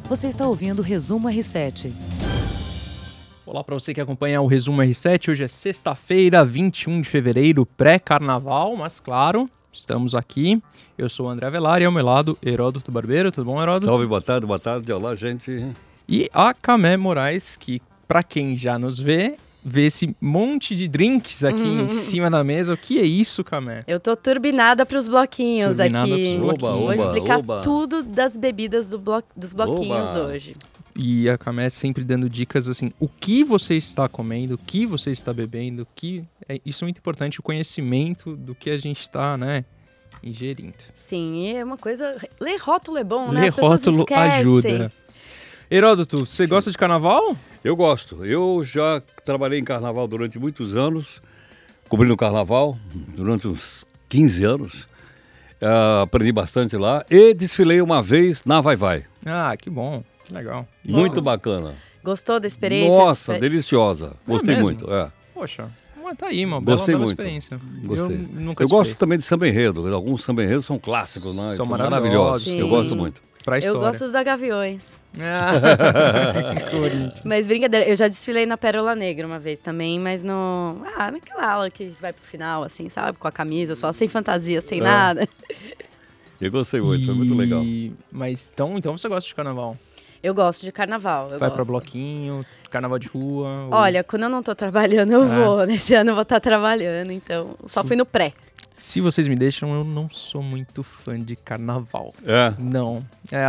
Você está ouvindo o Resumo R7. Olá para você que acompanha o Resumo R7. Hoje é sexta-feira, 21 de fevereiro, pré-carnaval, mas claro, estamos aqui. Eu sou o André Avelar e ao meu lado, Heródoto Barbeiro. Tudo bom, Heródoto? Salve, boa tarde. Olá, gente. E a Camé Moraes, que para quem já nos vê esse monte de drinks aqui em cima da mesa. O que é isso, Camé? Eu tô turbinada pros bloquinhos aqui. Vou explicar tudo das bebidas dos bloquinhos hoje. E a Camé sempre dando dicas assim, o que você está comendo, o que você está bebendo, isso é muito importante, o conhecimento do que a gente está, ingerindo. Sim, e é uma coisa... Ler rótulo é bom, né? Ler as pessoas rótulo esquecem. ajuda. Heródoto, você gosta de carnaval? Eu gosto. Eu já trabalhei em carnaval durante muitos anos, cobrindo carnaval, durante uns 15 anos. Aprendi bastante lá e desfilei uma vez na Vai Vai. Ah, que bom, que legal. Muito bacana. Gostou da experiência? Nossa, deliciosa. Gostei mesmo? muito. Poxa, tá aí, uma Gostei bela muito. experiência. Gostei. Eu gosto também de samba enredo. Alguns samba enredos são clássicos, né? São maravilhosos. Sim. Eu gosto muito. Eu gosto da Gaviões. Corinthians. Mas brincadeira, eu já desfilei na Pérola Negra uma vez também, mas naquela aula que vai pro final, assim, sabe? Com a camisa, só sem fantasia, sem nada. Eu gostei muito, foi muito legal. Mas então você gosta de carnaval? Eu gosto de carnaval. Vai pra bloquinho, carnaval de rua? Olha, quando eu não tô trabalhando, eu vou. Nesse ano eu vou estar trabalhando, então só fui no pré. Se vocês me deixam, eu não sou muito fã de carnaval. Não.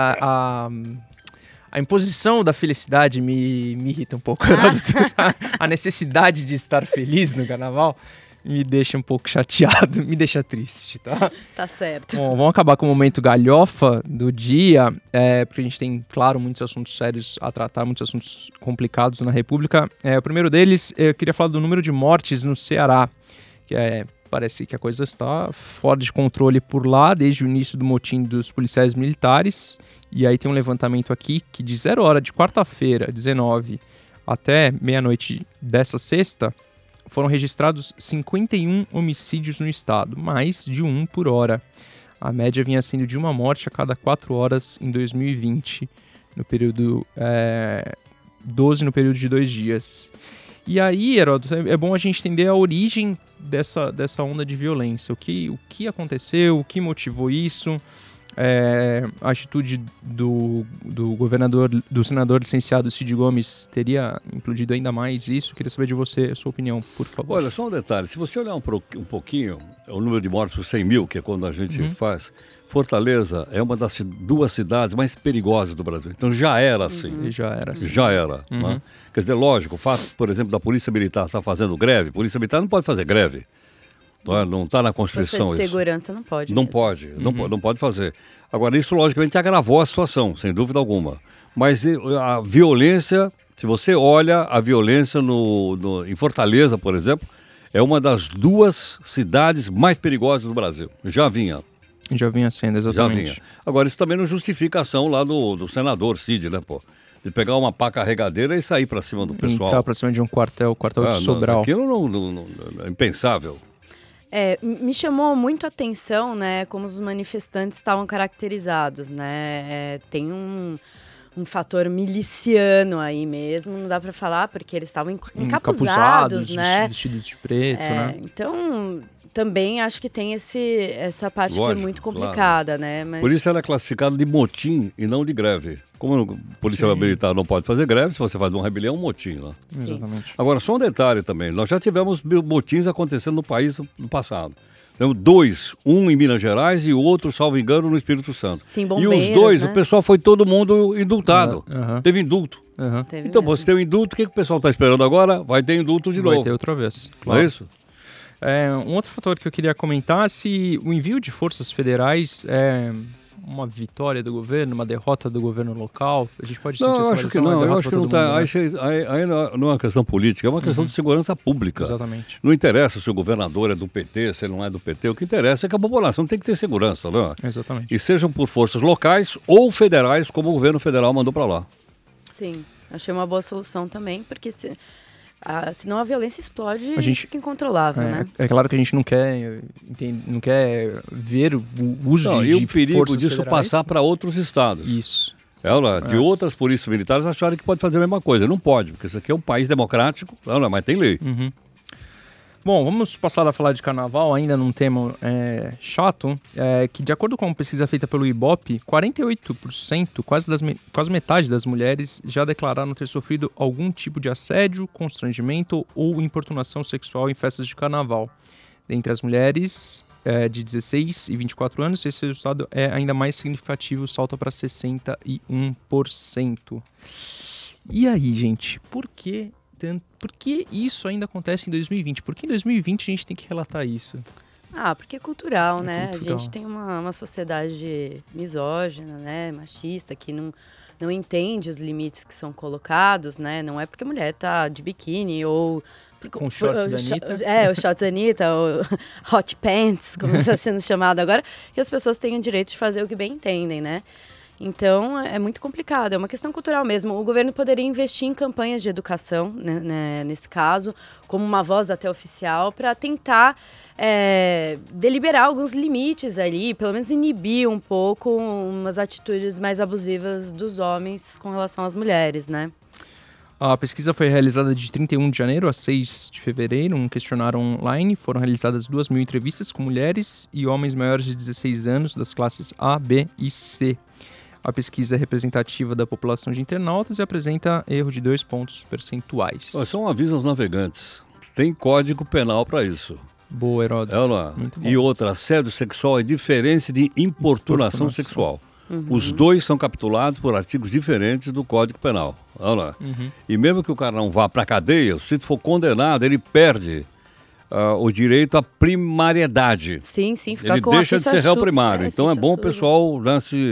A imposição da felicidade me irrita um pouco. A necessidade de estar feliz no carnaval me deixa um pouco chateado, me deixa triste, tá? Tá certo. Bom, vamos acabar com o momento galhofa do dia, porque a gente tem, claro, muitos assuntos sérios a tratar, muitos assuntos complicados na República. O primeiro deles, eu queria falar do número de mortes no Ceará, que parece que a coisa está fora de controle por lá, desde o início do motim dos policiais militares. E aí tem um levantamento aqui que de 0 hora de quarta-feira, 19, até meia-noite dessa sexta, foram registrados 51 homicídios no estado, mais de um por hora. A média vinha sendo de uma morte a cada 4 horas em 2020, no período 12 no período de 2 dias. E aí, Heródoto, é bom a gente entender a origem dessa onda de violência. O que aconteceu, o que motivou isso, a atitude do senador licenciado Cid Gomes teria implodido ainda mais isso? Queria saber de você a sua opinião, por favor. Olha, só um detalhe, se você olhar um pouquinho, o número de mortes por 100 mil, que é quando a gente faz, Fortaleza é uma das 2 cidades mais perigosas do Brasil. Então já era assim. Já era assim. Já era. Né? Quer dizer, lógico, o fato, por exemplo, da Polícia Militar estar fazendo greve, Polícia Militar não pode fazer greve. Não está na Constituição isso. De segurança não pode. Não pode, não pode fazer. Agora, isso logicamente agravou a situação, sem dúvida alguma. Mas a violência, se você olha a violência em Fortaleza, por exemplo, é uma das 2 cidades mais perigosas do Brasil. Já vinha sendo, exatamente. Já vinha. Agora, isso também não justifica a ação lá do senador Cid, né, pô? De pegar uma pá carregadeira e sair para cima do pessoal. Entrar para cima de um quartel de Sobral. Aquilo não é impensável. Me chamou muito a atenção, né, como os manifestantes estavam caracterizados, né? Tem um fator miliciano aí mesmo, não dá para falar, porque eles estavam encapuzados, né? Vestidos de preto, né? Então, também acho que tem essa parte que é muito complicada, claro, né? Mas... Por isso ela é classificada de motim e não de greve. Como a Polícia Militar não pode fazer greve, se você faz um rebelião, é um motim lá. Sim. Exatamente. Agora, só um detalhe também. Nós já tivemos motins acontecendo no país no passado. Temos 2, um em Minas Gerais e o outro, salvo engano, no Espírito Santo. Sim, bombeiros, e os 2, né? O pessoal foi todo mundo indultado. Teve indulto. Então, você tem o indulto, o que o pessoal está esperando agora? Vai ter indulto de novo. Vai ter outra vez. Claro. Não é isso? Um outro fator que eu queria comentar, se o envio de forças federais é uma vitória do governo, uma derrota do governo local, a gente pode sentir eu essa acho que não, eu acho que não está. Aí não é uma questão política, é uma questão de segurança pública. Exatamente. Não interessa se o governador é do PT, se ele não é do PT, o que interessa é que a população tem que ter segurança, não é? Exatamente. E sejam por forças locais ou federais, como o governo federal mandou para lá. Sim, achei uma boa solução também, porque senão a violência explode e fica incontrolável, né? É claro que a gente não quer ver o uso de e o perigo forças disso federais. passar para outros estados. Isso. De outras polícias militares acharem que pode fazer a mesma coisa. Não pode, porque isso aqui é um país democrático, mas tem lei. Bom, vamos passar a falar de carnaval, ainda num tema chato, que de acordo com uma pesquisa feita pelo Ibope, 48%, quase metade das mulheres já declararam ter sofrido algum tipo de assédio, constrangimento ou importunação sexual em festas de carnaval. Entre as mulheres de 16 e 24 anos, esse resultado é ainda mais significativo, salta para 61%. E aí, gente, por que isso ainda acontece em 2020? Por que em 2020 a gente tem que relatar isso? Porque é cultural, né? Cultural. A gente tem uma sociedade misógina, né? Machista, que não entende os limites que são colocados, né? Não é porque a mulher tá de biquíni ou... Com os shorts da Anitta. Os shorts da Anitta, o hot pants, como está sendo chamado agora, que as pessoas têm o direito de fazer o que bem entendem, né? Então, é muito complicado, é uma questão cultural mesmo. O governo poderia investir em campanhas de educação, né, nesse caso, como uma voz até oficial, para tentar deliberar alguns limites ali, pelo menos inibir um pouco umas atitudes mais abusivas dos homens com relação às mulheres, né? A pesquisa foi realizada de 31 de janeiro a 6 de fevereiro, um questionário online. Foram realizadas 2.000 entrevistas com mulheres e homens maiores de 16 anos das classes A, B e C. A pesquisa é representativa da população de internautas e apresenta erro de 2 pontos percentuais. Só um aviso aos navegantes. Tem código penal para isso. Boa, Heródoto. Muito bom. E outra, assédio sexual é diferente de importunação sexual. Os dois são capitulados por artigos diferentes do Código Penal. E mesmo que o cara não vá para a cadeia, se for condenado, ele perde o direito à primariedade. Sim, fica ele com deixa de ser réu primário. Então é bom o suja. pessoal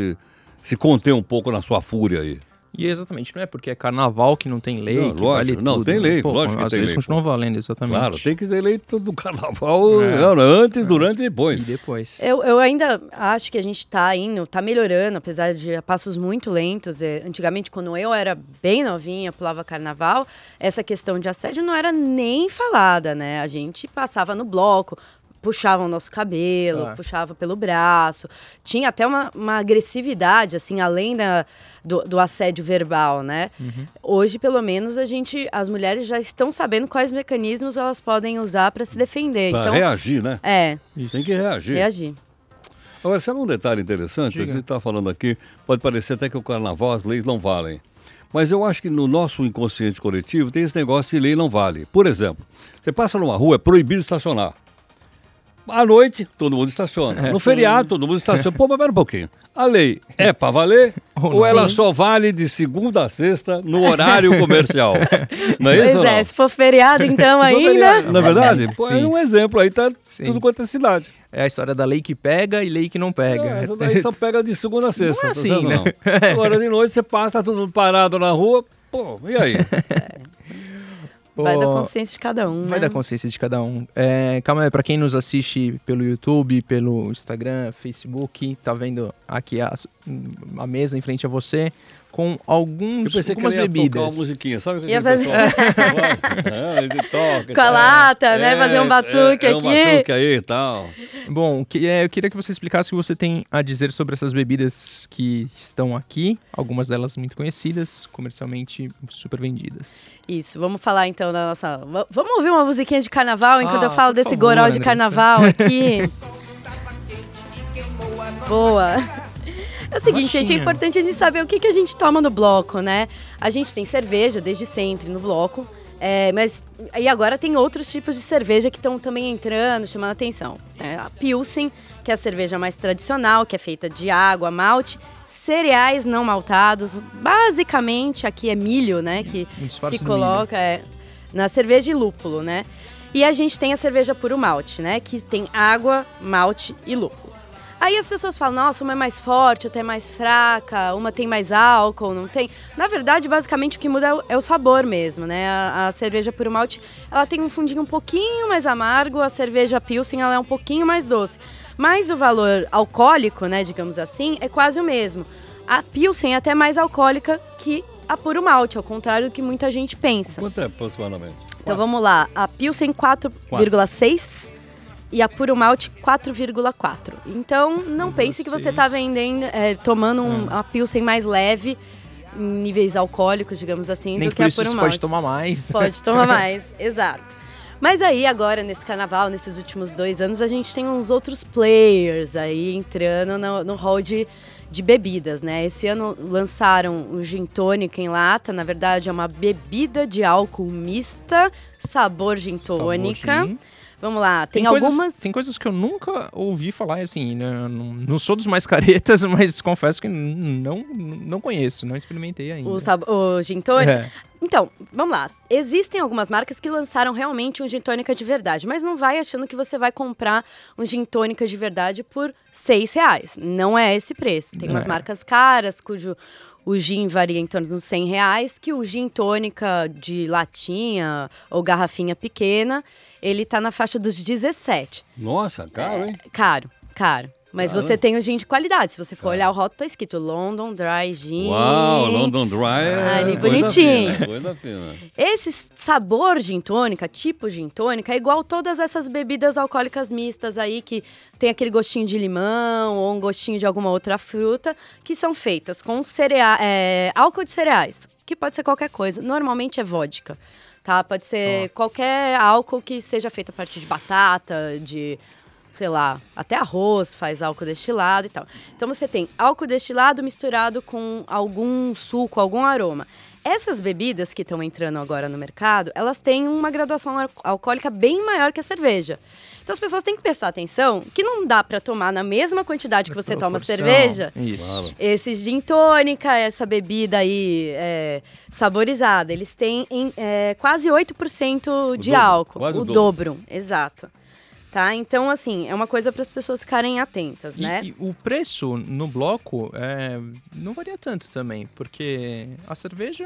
se conter um pouco na sua fúria aí. E exatamente, não é porque é carnaval que não tem lei, não, que lógico, vale não, tudo. Tem lei, Pô, lógico que as tem leis lei. continuam valendo, exatamente. Claro, tem que ter lei do carnaval antes, durante e depois. E depois. Eu ainda acho que a gente tá melhorando, apesar de passos muito lentos. Antigamente, quando eu era bem novinha, pulava carnaval, essa questão de assédio não era nem falada, né? A gente passava no bloco, puxava o nosso cabelo, puxava pelo braço. Tinha até uma agressividade, assim, além do assédio verbal, né? Hoje, pelo menos, as mulheres já estão sabendo quais mecanismos elas podem usar para se defender. Para reagir, né? Tem que reagir. Agora, sabe um detalhe interessante? Diga. A gente está falando aqui, pode parecer até que o carnaval, as leis não valem. Mas eu acho que no nosso inconsciente coletivo tem esse negócio de lei não vale. Por exemplo, você passa numa rua, é proibido estacionar. À noite, todo mundo estaciona. No feriado, todo mundo estaciona. Pô, mas pera um pouquinho. A lei é para valer ou ela só vale de segunda a sexta no horário comercial? Não é isso? Pois é, se for feriado, então ainda... Na verdade, pô, é um exemplo aí, tá tudo quanto é cidade. É a história da lei que pega e lei que não pega. Essa daí só pega de segunda a sexta. Não é assim, né? Não. Agora de noite você passa, tá todo mundo parado na rua, pô, e aí? Vai da consciência de cada um, Vai da consciência de cada um. Calma aí, pra quem nos assiste pelo YouTube, pelo Instagram, Facebook, tá vendo aqui a mesa em frente a você com algumas bebidas. Tocar uma musiquinha, sabe o que ia fazer... ele toca. Com a lata, né? Fazer um batuque aqui. Um batuque aí e tal. Bom, eu queria que você explicasse o que você tem a dizer sobre essas bebidas que estão aqui, algumas delas muito conhecidas, comercialmente super vendidas. Isso, vamos falar então da nossa... Vamos ouvir uma musiquinha de carnaval enquanto eu falo desse favor, goró de Andressa. carnaval aqui. Boa. É o seguinte, gente, é importante a gente saber o que a gente toma no bloco, né? A gente tem cerveja desde sempre no bloco, mas aí agora tem outros tipos de cerveja que estão também entrando, chamando a atenção. A Pilsen, que é a cerveja mais tradicional, que é feita de água, malte, cereais não maltados. Basicamente, aqui é milho, né? Que se coloca na cerveja e lúpulo, né? E a gente tem a cerveja puro malte, né? Que tem água, malte e lúpulo. Aí as pessoas falam, nossa, uma é mais forte, outra é mais fraca, uma tem mais álcool, não tem... Na verdade, basicamente, o que muda é o sabor mesmo, né? A cerveja puro malte, ela tem um fundinho um pouquinho mais amargo, a cerveja Pilsen, ela é um pouquinho mais doce. Mas o valor alcoólico, né, digamos assim, é quase o mesmo. A Pilsen é até mais alcoólica que a puro malte, ao contrário do que muita gente pensa. Quanto é aproximadamente? Então vamos lá, a Pilsen 4,6 e a puro malte 4,4. Então, não pense que você está vendendo, tomando uma pilsen mais leve, em níveis alcoólicos, digamos assim, Nem do que a puro malte. Pode tomar mais. Pode tomar mais, exato. Mas aí, agora, nesse carnaval, nesses últimos 2 anos, a gente tem uns outros players aí entrando no hall de bebidas, né? Esse ano lançaram o Gin Tônica em lata, na verdade é uma bebida de álcool mista, sabor gin tônica. Sabor gin. Vamos lá, tem coisas que eu nunca ouvi falar, assim, né? Não sou dos mais caretas, mas confesso que não conheço, não experimentei ainda. O gin tônica? É. Então, vamos lá. Existem algumas marcas que lançaram realmente um gin tônica de verdade, mas não vai achando que você vai comprar um gin tônica de verdade por R$6. Não é esse preço. Tem umas marcas caras, cujo o gin varia em torno dos R$100, que o gin tônica de latinha ou garrafinha pequena, ele tá na faixa dos 17. Nossa, caro, hein? Caro. Mas você tem o gin de qualidade. Se você for olhar o rótulo, tá escrito London Dry Gin. Uau, London Dry ali, bonitinho. Coisa fina. Esse sabor gin tônica, tipo gin tônica, é igual todas essas bebidas alcoólicas mistas aí, que tem aquele gostinho de limão ou um gostinho de alguma outra fruta, que são feitas com álcool de cereais, que pode ser qualquer coisa. Normalmente é vodka, tá? Pode ser qualquer álcool que seja feito a partir de batata, de... sei lá, até arroz faz álcool destilado e tal. Então você tem álcool destilado misturado com algum suco, algum aroma. Essas bebidas que estão entrando agora no mercado, elas têm uma graduação alcoólica bem maior que a cerveja. Então as pessoas têm que prestar atenção que não dá para tomar na mesma quantidade que você toma cerveja. Isso. Esse gin tônica, essa bebida aí saborizada, eles têm quase 8% de álcool. Quase o dobro, exato. Tá? Então, assim, é uma coisa para as pessoas ficarem atentas, né? E o preço no bloco não varia tanto também, porque a cerveja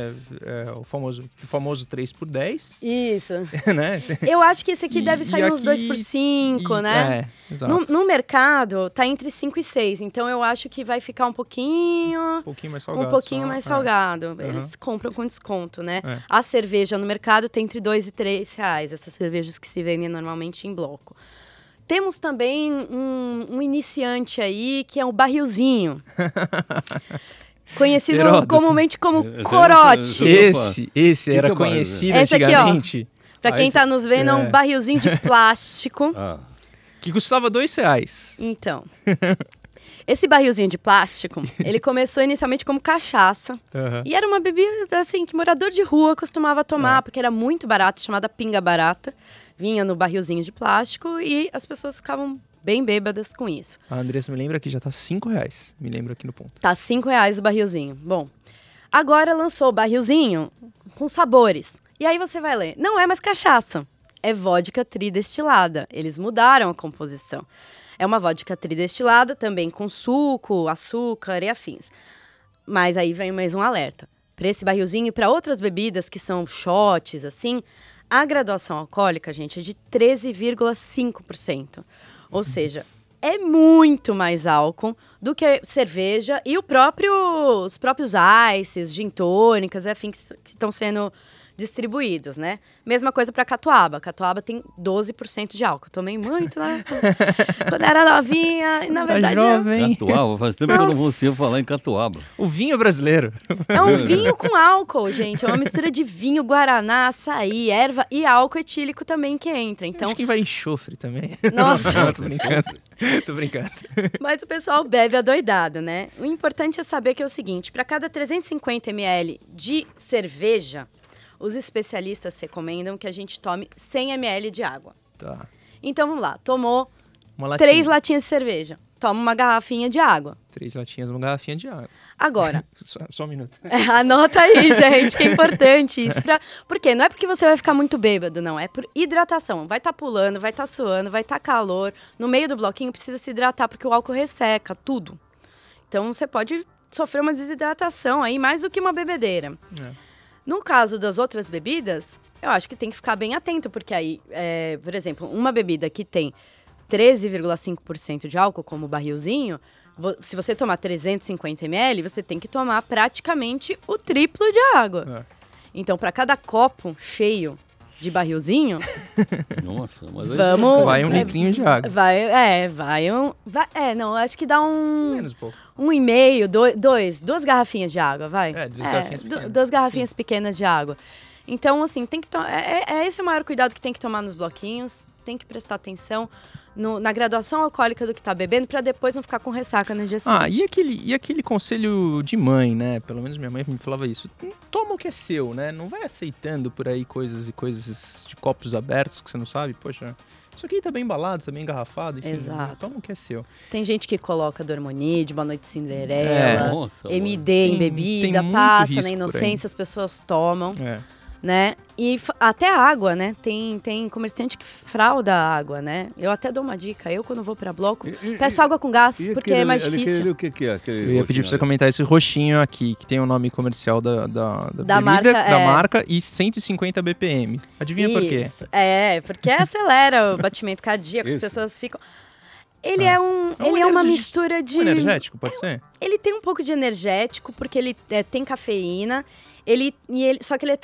é o famoso 3x10. Isso. Né? Eu acho que esse aqui deve sair uns 2x5, né? Exato. No mercado, tá entre 5 e 6, então eu acho que vai ficar um pouquinho mais salgado. Um pouquinho mais salgado. Eles compram com desconto, né? É. A cerveja no mercado tem entre R$2 e R$3, essas cervejas que se vendem normalmente em bloco. Temos também um iniciante aí, que é o barrilzinho. Conhecido comumente como corote. Esse era conhecido esse antigamente. Aqui, ó, pra quem tá nos vendo, é um barrilzinho de plástico. Que custava R$2. Então, esse barrilzinho de plástico, ele começou inicialmente como cachaça. E era uma bebida, assim, que morador de rua costumava tomar, porque era muito barato, chamada pinga barata. Vinha no barrilzinho de plástico e as pessoas ficavam bem bêbadas com isso. A Andressa me lembra que já tá R$5. Me lembra aqui no ponto. Tá R$5 o barrilzinho. Bom, agora lançou o barrilzinho com sabores. E aí você vai ler, não é mais cachaça, é vodka tridestilada. Eles mudaram a composição. É uma vodka tridestilada, também com suco, açúcar e afins. Mas aí vem mais um alerta. Para esse barrilzinho e para outras bebidas que são shots, assim, a graduação alcoólica, gente, é de 13,5%. Ou seja, é muito mais álcool do que cerveja e os próprios ices, gin tônicas, afim, que estão sendo distribuídos, né? Mesma coisa para catuaba. Catuaba tem 12% de álcool. Tomei muito, né? Quando era novinha, e na verdade... Catuaba, faz tempo que eu não consigo falar em catuaba. O vinho brasileiro. É um vinho com álcool, gente. É uma mistura de vinho, guaraná, açaí, erva e álcool etílico também que entra. Então, acho que vai enxofre também. Nossa! Tô brincando. Mas o pessoal bebe adoidado, né? O importante é saber que é o seguinte, para cada 350 ml de cerveja, os especialistas recomendam que a gente tome 100 ml de água. Tá. Então, vamos lá. Tomou 3 latinhas de cerveja. Toma uma garrafinha de água. 3 latinhas, uma garrafinha de água. Agora. Só um minuto. Anota aí, gente, que é importante isso. Por quê? Não é porque você vai ficar muito bêbado, não. É por hidratação. Vai estar pulando, vai estar suando, vai estar calor. No meio do bloquinho precisa se hidratar, porque o álcool resseca tudo. Então, você pode sofrer uma desidratação aí, mais do que uma bebedeira. No caso das outras bebidas, eu acho que tem que ficar bem atento, porque aí, por exemplo, uma bebida que tem 13,5% de álcool, como o barrilzinho, se você tomar 350 ml, você tem que tomar praticamente o triplo de água. Então, para cada copo cheio de barrilzinho, Nossa, mas aí... vamos... Vai um litrinho de água. Não, acho que dá Menos um pouco. 1,5, duas garrafinhas de água, vai. Duas garrafinhas pequenas. Duas garrafinhas pequenas de água. Então, assim, tem que esse o maior cuidado que tem que tomar nos bloquinhos, tem que prestar atenção na graduação alcoólica do que tá bebendo, pra depois não ficar com ressaca no dia seguinte. E aquele conselho de mãe, né? Pelo menos minha mãe me falava isso. Toma o que é seu, né? Não vai aceitando por aí coisas de copos abertos que você não sabe. Poxa, isso aqui tá bem embalado, tá bem engarrafado. Enfim, Exato. Toma o que é seu. Tem gente que coloca Dormonide, Boa Noite Cinderela, Nossa, MD em tem bebida, muito passa risco na por inocência, as pessoas tomam, É. né? E até água, né? Tem comerciante que frauda a água, né? Eu até dou uma dica. Eu, quando vou pra bloco, peço água com gás, porque é mais difícil. O que é? Eu ia pedir pra você comentar esse roxinho aqui, que tem o nome comercial da bebida, marca, da marca e 150 BPM. Adivinha por quê? Isso. Porque acelera o batimento cardíaco, as pessoas ficam... Ele é uma mistura de... Um energético, pode ser? Ele tem um pouco de energético, porque ele tem cafeína, só que ele é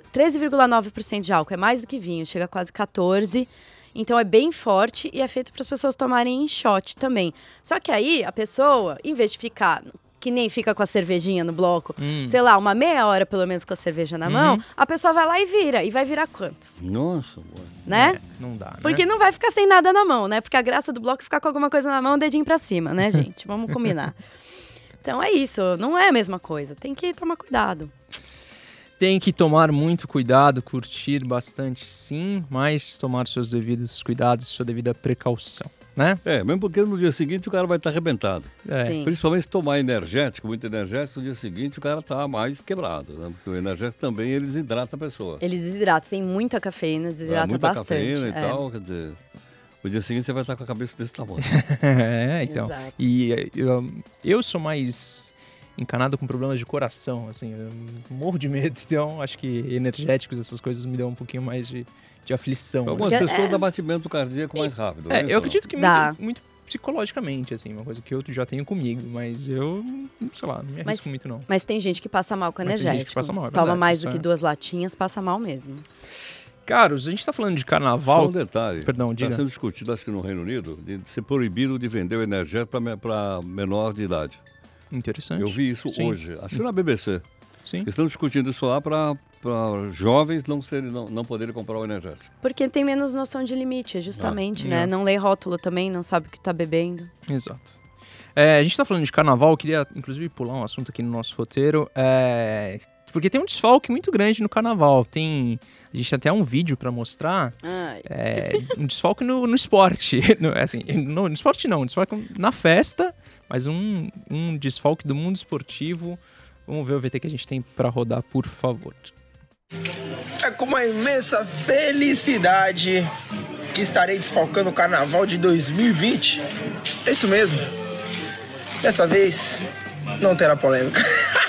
13,9% de álcool, é mais do que vinho, chega a quase 14%. Então é bem forte e é feito para as pessoas tomarem em shot também. Só que aí a pessoa, em vez de ficar... que nem fica com a cervejinha no bloco, sei lá, uma meia hora pelo menos com a cerveja na mão, a pessoa vai lá e vira. E vai virar quantos? Nossa, boa. Né? Não dá, né? Porque não vai ficar sem nada na mão, né? Porque a graça do bloco é ficar com alguma coisa na mão, dedinho pra cima, né, gente? Vamos combinar. Então é isso, não é a mesma coisa. Tem que tomar cuidado. Tem que tomar muito cuidado, curtir bastante sim, mas tomar seus devidos cuidados, sua devida precaução, né? Mesmo porque no dia seguinte o cara vai estar arrebentado. Sim. Principalmente se tomar energético, muito energético, no dia seguinte o cara tá mais quebrado, né? Porque o energético também, ele desidrata a pessoa. Ele desidrata, tem muita cafeína, desidrata muita bastante. cafeína e tal, quer dizer... O dia seguinte você vai estar com a cabeça desse tamanho. Então. Exato. E eu sou mais encanado com problemas de coração, assim, eu morro de medo, então acho que energéticos, essas coisas me dão um pouquinho mais de aflição. Algumas assim. pessoas dá batimento cardíaco mais rápido. Eu acredito que Dá. muito psicologicamente, assim, uma coisa que eu já tenho comigo, mas eu, sei lá, não me arrisco muito não. Mas tem gente que passa mal com Mas tem gente energético. que passa mal, é Se toma verdade, mais isso do que 2 latinhas, passa mal mesmo. Caros, a gente tá falando de Só carnaval. um detalhe. Perdão, diga. Está sendo discutido, acho que no Reino Unido, de ser proibido de vender o energético para menor de idade. Interessante. Eu vi isso Sim. hoje, acho que na BBC. Sim. Estão discutindo isso lá para jovens não poderem comprar o energético. Porque tem menos noção de limite, justamente, né? É. Não lê rótulo também, não sabe o que tá bebendo. Exato. A gente tá falando de carnaval, eu queria inclusive pular um assunto aqui no nosso roteiro, porque tem um desfalque muito grande no carnaval. A gente tem até um vídeo pra mostrar, um desfalque no esporte. No esporte não, um desfalque na festa, mas um desfalque do mundo esportivo. Vamos ver o VT que a gente tem pra rodar, por favor. É com uma imensa felicidade que estarei desfalcando o carnaval de 2020. É isso mesmo. Dessa vez, não terá polêmica.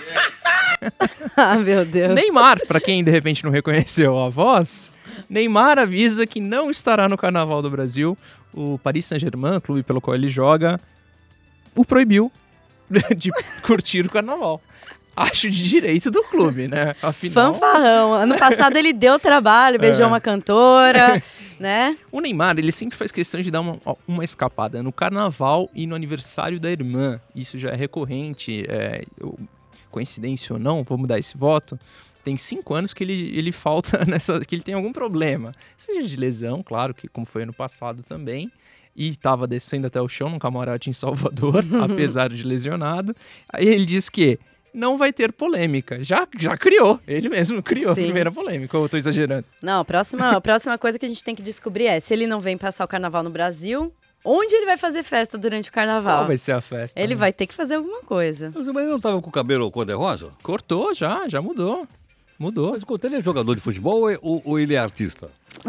Ah, meu Deus. Neymar, pra quem de repente não reconheceu a voz, Neymar avisa que não estará no Carnaval do Brasil. O Paris Saint-Germain, clube pelo qual ele joga, o proibiu de curtir o Carnaval. Acho de direito do clube, né? Afinal... Fanfarrão. Ano passado ele deu trabalho, beijou uma cantora, né? O Neymar, ele sempre faz questão de dar uma escapada no Carnaval e no aniversário da irmã. Isso já é recorrente, coincidência ou não, vou mudar esse voto. Tem 5 anos que ele falta que ele tem algum problema. Seja de lesão, claro, que como foi ano passado também. E estava descendo até o chão num camarote em Salvador, apesar de lesionado. Aí ele diz que não vai ter polêmica. Já criou, ele mesmo criou Sim. a primeira polêmica, ou eu tô exagerando? Não, a próxima coisa que a gente tem que descobrir é se ele não vem passar o carnaval no Brasil, onde ele vai fazer festa durante o carnaval? Qual vai ser a festa? Ele vai ter que fazer alguma coisa. Mas ele não estava com o cabelo cor-de-rosa? Cortou já mudou. Mudou. Mas ele é jogador de futebol ou ele é artista?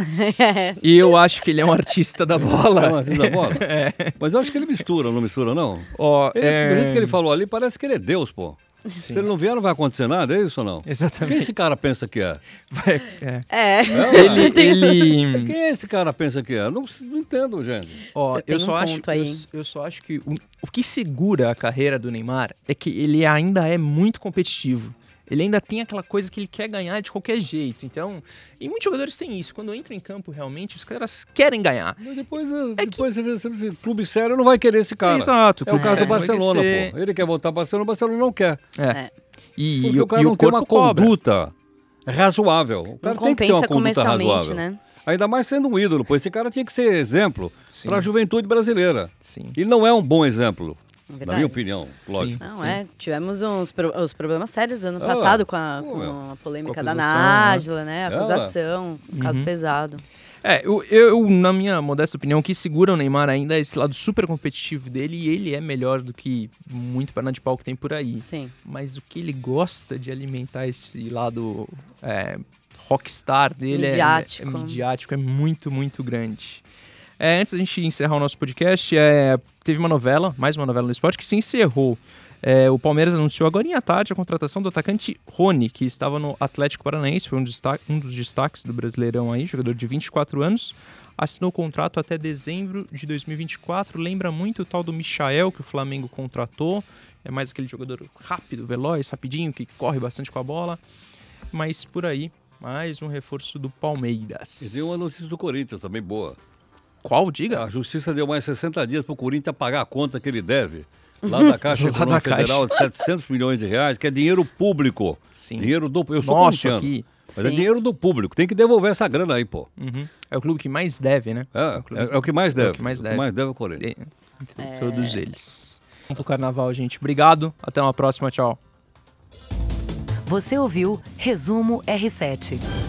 E eu acho que ele é um artista da bola. É um artista da bola? Mas eu acho que ele mistura, não mistura, não? Ó, Do jeito que ele falou ali, parece que ele é Deus, pô. Sim. Se ele não vier, não vai acontecer nada, é isso ou não? Exatamente. Quem esse cara pensa que é? Quem esse cara pensa que é? Não entendo, gente. Ó, Você tem ponto aí. Eu só acho que o que segura a carreira do Neymar é que ele ainda é muito competitivo. ele ainda tem aquela coisa que ele quer ganhar de qualquer jeito. Então, e muitos jogadores têm isso. Quando entram em campo, realmente, os caras querem ganhar. Mas depois você vê assim, clube sério não vai querer esse cara. Exato. É o caso do sério, Barcelona, ser... pô. Ele quer voltar ao Barcelona, o Barcelona não quer. E o cara não tem uma conduta razoável. O cara tem que ter uma conduta razoável. Né? Ainda mais sendo um ídolo, pois esse cara tinha que ser exemplo para a juventude brasileira. Sim. Ele não é um bom exemplo. Verdade. Na minha opinião, lógico. Não, tivemos os problemas sérios ano passado com a polêmica da acusação, Nájila, né? Acusação, um caso pesado. Eu, na minha modesta opinião, o que segura o Neymar ainda é esse lado super competitivo dele, e ele é melhor do que muito perna de pau que tem por aí. Sim. Mas o que ele gosta de alimentar esse lado rockstar dele midiático, é muito, muito grande. Antes da gente encerrar o nosso podcast, teve mais uma novela no esporte que se encerrou. O Palmeiras anunciou agora à tarde a contratação do atacante Rony, que estava no Atlético Paranaense, foi um dos destaques do Brasileirão aí, jogador de 24 anos, assinou o contrato até dezembro de 2024, lembra muito o tal do Michael que o Flamengo contratou, é mais aquele jogador rápido, veloz, rapidinho, que corre bastante com a bola, mas por aí, mais um reforço do Palmeiras. E tem uma notícia do Corinthians também boa. Qual? Diga. A Justiça deu mais 60 dias para o Corinthians pagar a conta que ele deve. Lá da Caixa Econômica Federal, de 700 milhões de reais, que é dinheiro público. Sim. Dinheiro do... Eu sou nosso corintiano, aqui. mas é dinheiro do público. Tem que devolver essa grana aí, pô. Uhum. É o clube que mais deve, né? É o que mais deve. É o que mais deve. O que mais deve é o Corinthians. Todos eles. Vamos pro carnaval, gente. Obrigado. Até uma próxima. Tchau. Você ouviu Resumo R7.